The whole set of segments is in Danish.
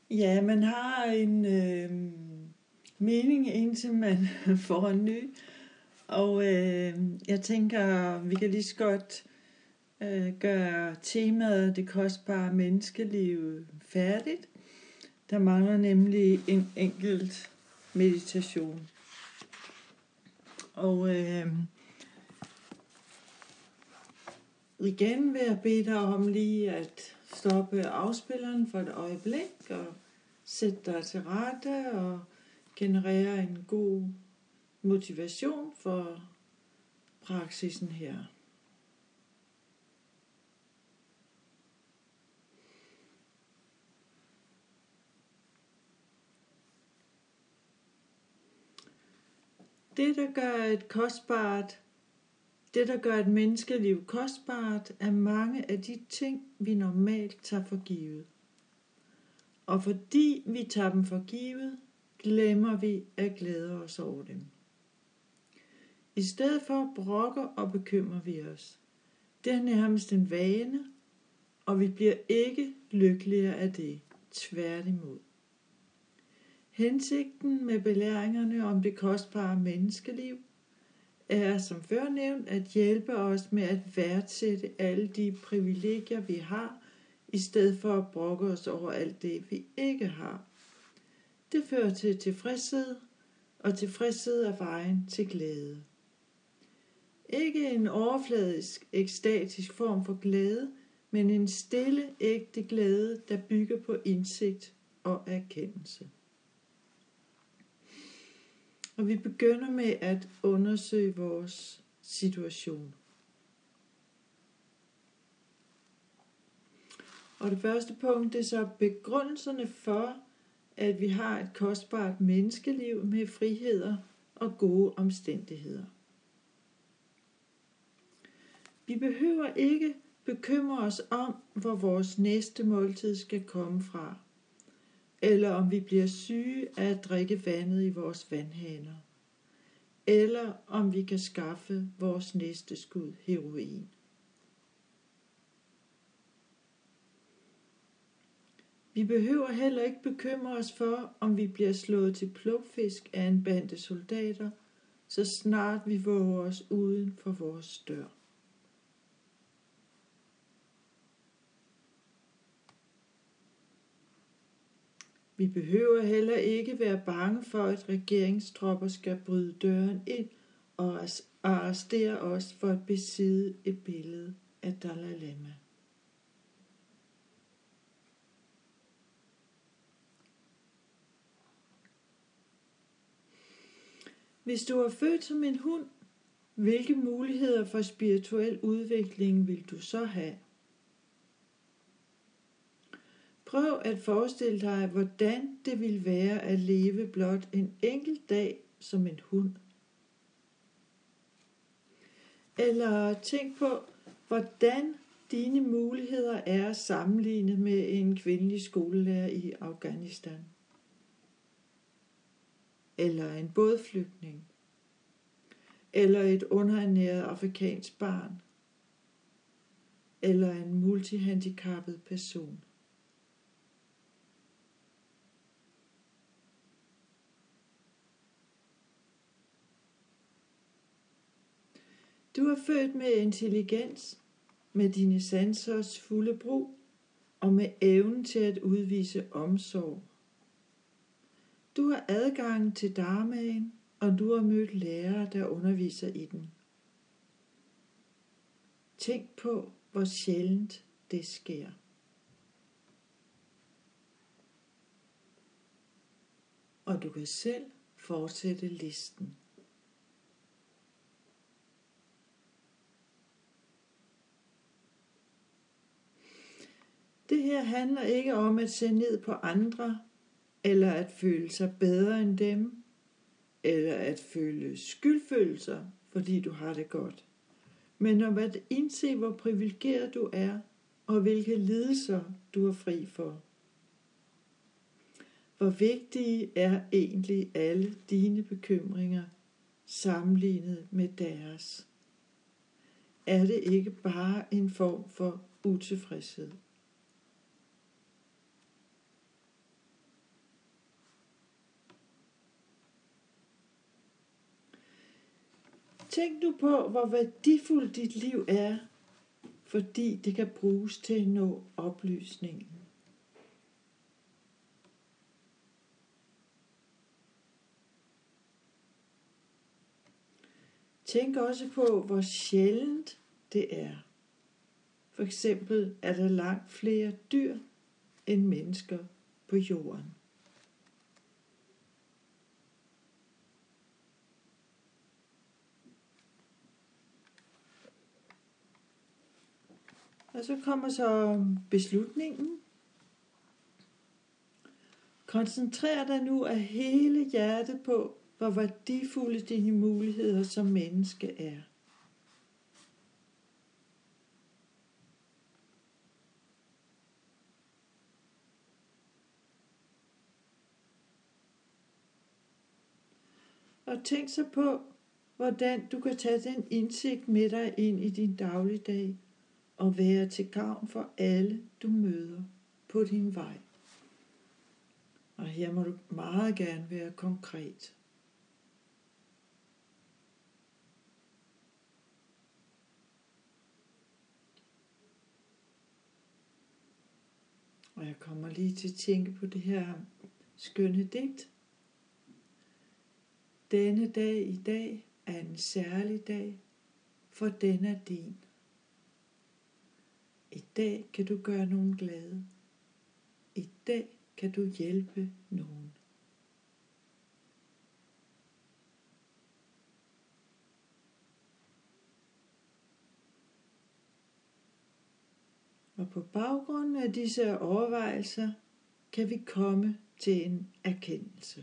Ja, man har en mening, indtil man får en ny. Og jeg tænker, vi kan lige så godt gøre temaet det kostbare menneskeliv færdigt. Der mangler nemlig en enkelt meditation. Og igen vil jeg bede dig om lige at stoppe afspilleren for et øjeblik og sætte dig til rette og generere en god motivation for praksisen her. Det, der gør et menneskeliv kostbart, er mange af de ting, vi normalt tager for givet. Og fordi vi tager dem for givet, glemmer vi at glæde os over dem. I stedet for brokker og bekymrer vi os. Det er nærmest en vane, og vi bliver ikke lykkeligere af det. Tværtimod. Hensigten med belæringerne om det kostbare menneskeliv er som før nævnt at hjælpe os med at værdsætte alle de privilegier vi har, i stedet for at brokke os over alt det vi ikke har. Det fører til tilfredshed, og tilfredshed er vejen til glæde. Ikke en overfladisk, ekstatisk form for glæde, men en stille, ægte glæde, der bygger på indsigt og erkendelse. Og vi begynder med at undersøge vores situation. Og det første punkt, det er så begrundelserne for, at vi har et kostbart menneskeliv med friheder og gode omstændigheder. Vi behøver ikke bekymre os om, hvor vores næste måltid skal komme fra, eller om vi bliver syge af at drikke vandet i vores vandhaner, eller om vi kan skaffe vores næste skud heroin. Vi behøver heller ikke bekymre os for, om vi bliver slået til plukfisk af en bande soldater, så snart vi våger os uden for vores dør. Vi behøver heller ikke være bange for, at regeringstropper skal bryde døren ind og arrestere os for at besidde et billede af Dalai Lama. Hvis du er født som en hund, hvilke muligheder for spirituel udvikling vil du så have? Prøv at forestille dig, hvordan det vil være at leve blot en enkelt dag som en hund. Eller tænk på, hvordan dine muligheder er sammenlignet med en kvindelig skolelærer i Afghanistan. Eller en bådflygtning. Eller et underernæret afrikansk barn. Eller en multihandicappet person. Du er født med intelligens, med dine sansers fulde brug og med evnen til at udvise omsorg. Du har adgang til dharmaen, og du har mødt lærere, der underviser i den. Tænk på, hvor sjældent det sker. Og du kan selv fortsætte listen. Det her handler ikke om at se ned på andre, eller at føle sig bedre end dem, eller at føle skyldfølelser, fordi du har det godt, men om at indse, hvor privilegeret du er, og hvilke lidelser du er fri for. Hvor vigtige er egentlig alle dine bekymringer sammenlignet med deres? Er det ikke bare en form for utilfredshed? Tænk nu på, hvor værdifuldt dit liv er, fordi det kan bruges til at nå oplysningen. Tænk også på, hvor sjældent det er. For eksempel er der langt flere dyr end mennesker på jorden. Og så kommer så beslutningen. Koncentrer dig nu af hele hjertet på, hvor værdifulde dine muligheder som menneske er. Og tænk så på, hvordan du kan tage den indsigt med dig ind i din dagligdag og være til gavn for alle, du møder på din vej. Og her må du meget gerne være konkret. Og jeg kommer lige til at tænke på det her skønne digt. Denne dag i dag er en særlig dag, for den er din. I dag kan du gøre nogen glade. I dag kan du hjælpe nogen. Og på baggrund af disse overvejelser kan vi komme til en erkendelse.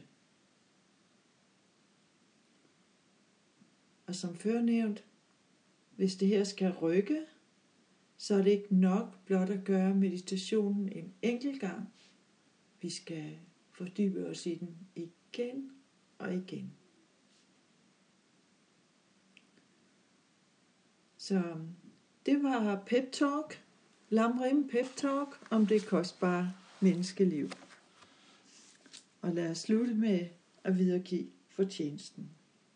Og som før nævnt, hvis det her skal rykke, så er det ikke nok blot at gøre meditationen en enkelt gang. Vi skal fordybe os i den igen og igen. Så det var Pep Talk, Lam-Rim Pep Talk om det kostbare menneskeliv. Og lad os slutte med at videregive fortjenesten.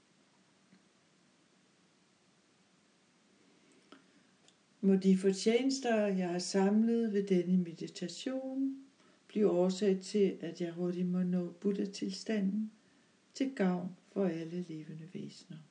Må de fortjenester, jeg har samlet ved denne meditation, blive årsag til, at jeg hurtigt må nå Buddha-tilstanden til gavn for alle levende væsener.